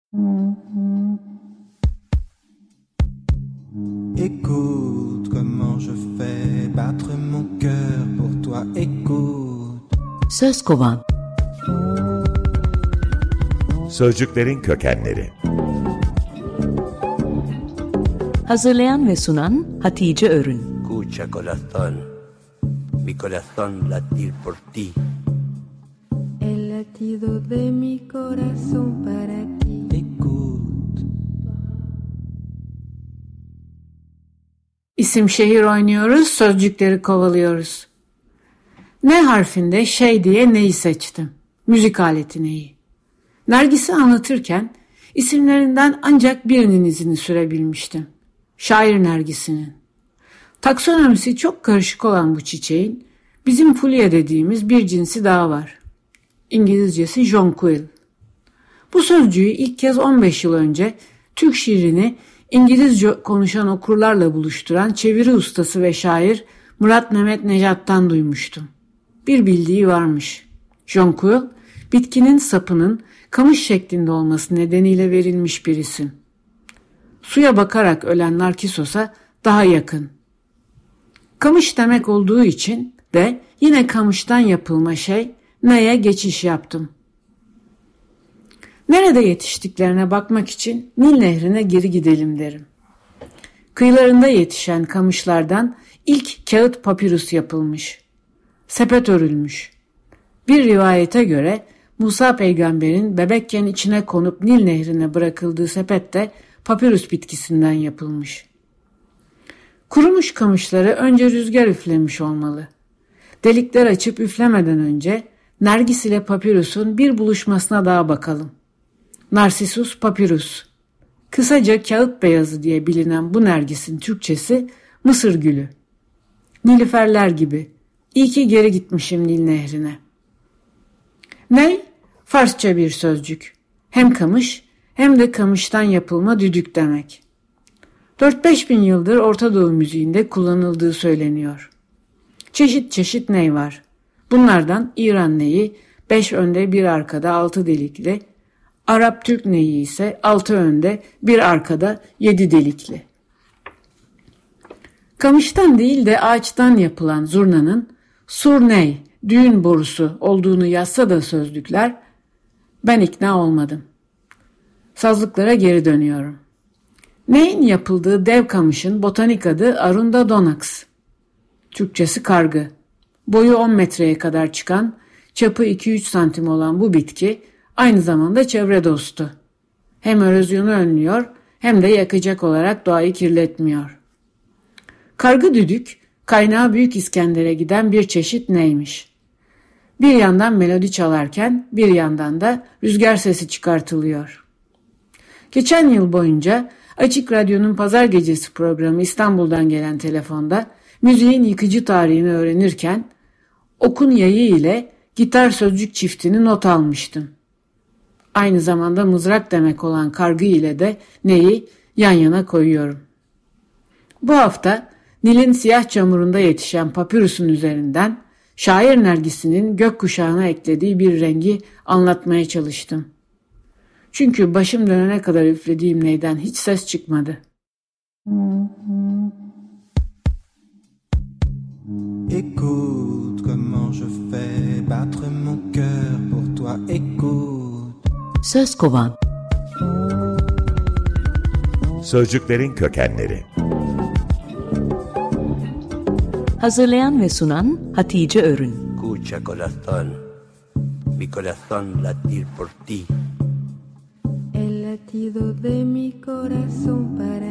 Écoute comment je fais battre mon cœur pour toi, écoute. Söz kovan. Sözcüklerin kökenleri. Hazırlayan ve sunan Hatice Örün. Escucha corazón, mi corazón latir por ti. El latido de mi corazón para ti. Écoute. İsim şehir oynuyoruz, sözcükleri kovalıyoruz. Ne harfinde şey diye neyi seçtim? Müzik aleti neyi? Nergis'i anlatırken isimlerinden ancak birinin izini sürebilmiştim. Şair Nergis'inin. Taksonomisi çok karışık olan bu çiçeğin bizim fulya dediğimiz bir cinsi daha var. İngilizcesi jonquil. Bu sözcüğü ilk kez 15 yıl önce Türk şiirini İngilizce konuşan okurlarla buluşturan çeviri ustası ve şair Murat Mehmet Necat'tan duymuştum. Bir bildiği varmış. Jonquil, bitkinin sapının kamış şeklinde olması nedeniyle verilmiş bir isim. Suya bakarak ölen Narkissos'a daha yakın. Kamış demek olduğu için de yine kamıştan yapılma şey neye geçiş yaptım. Nerede yetiştiklerine bakmak için Nil Nehri'ne geri gidelim derim. Kıyılarında yetişen kamışlardan ilk kağıt papirüs yapılmış. Sepet örülmüş. Bir rivayete göre Musa peygamberin bebekken içine konup Nil Nehri'ne bırakıldığı sepet de papirüs bitkisinden yapılmış. Kurumuş kamışları önce rüzgar üflemiş olmalı. Delikler açıp üflemeden önce Nergis ile papirüsün bir buluşmasına daha bakalım. Narcissus papyrus. Kısaca kağıt beyazı diye bilinen bu nergisin Türkçesi Mısır gülü. Nilüferler gibi. İyi ki geri gitmişim Nil Nehri'ne. Ney? Farsça bir sözcük. Hem kamış hem de kamıştan yapılma düdük demek. 4-5 bin yıldır Orta Doğu müziğinde kullanıldığı söyleniyor. Çeşit çeşit ney var. Bunlardan İran neyi 5 önde 1 arkada 6 delikli, Arap Türk neyi ise 6 önde 1 arkada 7 delikli. Kamıştan değil de ağaçtan yapılan zurnanın surney, düğün borusu olduğunu yazsa da sözlükler, ben ikna olmadım. Sazlıklara geri dönüyorum. Neyin yapıldığı dev kamışın botanik adı Arunda donax. Türkçesi kargı. Boyu 10 metreye kadar çıkan, çapı 2-3 santim olan bu bitki aynı zamanda çevre dostu. Hem erozyonu önlüyor hem de yakacak olarak doğayı kirletmiyor. Kargı düdük, kaynağı Büyük İskender'e giden bir çeşit neymiş. Bir yandan melodi çalarken bir yandan da rüzgar sesi çıkartılıyor. Geçen yıl boyunca Açık Radyo'nun Pazar Gecesi programı İstanbul'dan gelen telefonda müziğin yıkıcı tarihini öğrenirken okun yayı ile gitar sözcük çiftini not almıştım. Aynı zamanda mızrak demek olan kargı ile de neyi yan yana koyuyorum. Bu hafta Nil'in siyah çamurunda yetişen papyrus'un üzerinden şair nergisinin gökkuşağına eklediği bir rengi anlatmaya çalıştım. Çünkü başım dönene kadar üflediğim neyden hiç ses çıkmadı. Écoute comment je fais battre mon cœur pour toi, écoute. Söz kovan. Sözcüklerin kökenleri. Hazırlayan ve sunan Hatice Örün. Escucha corazón, mi corazón latir por ti. El latido de mi corazón para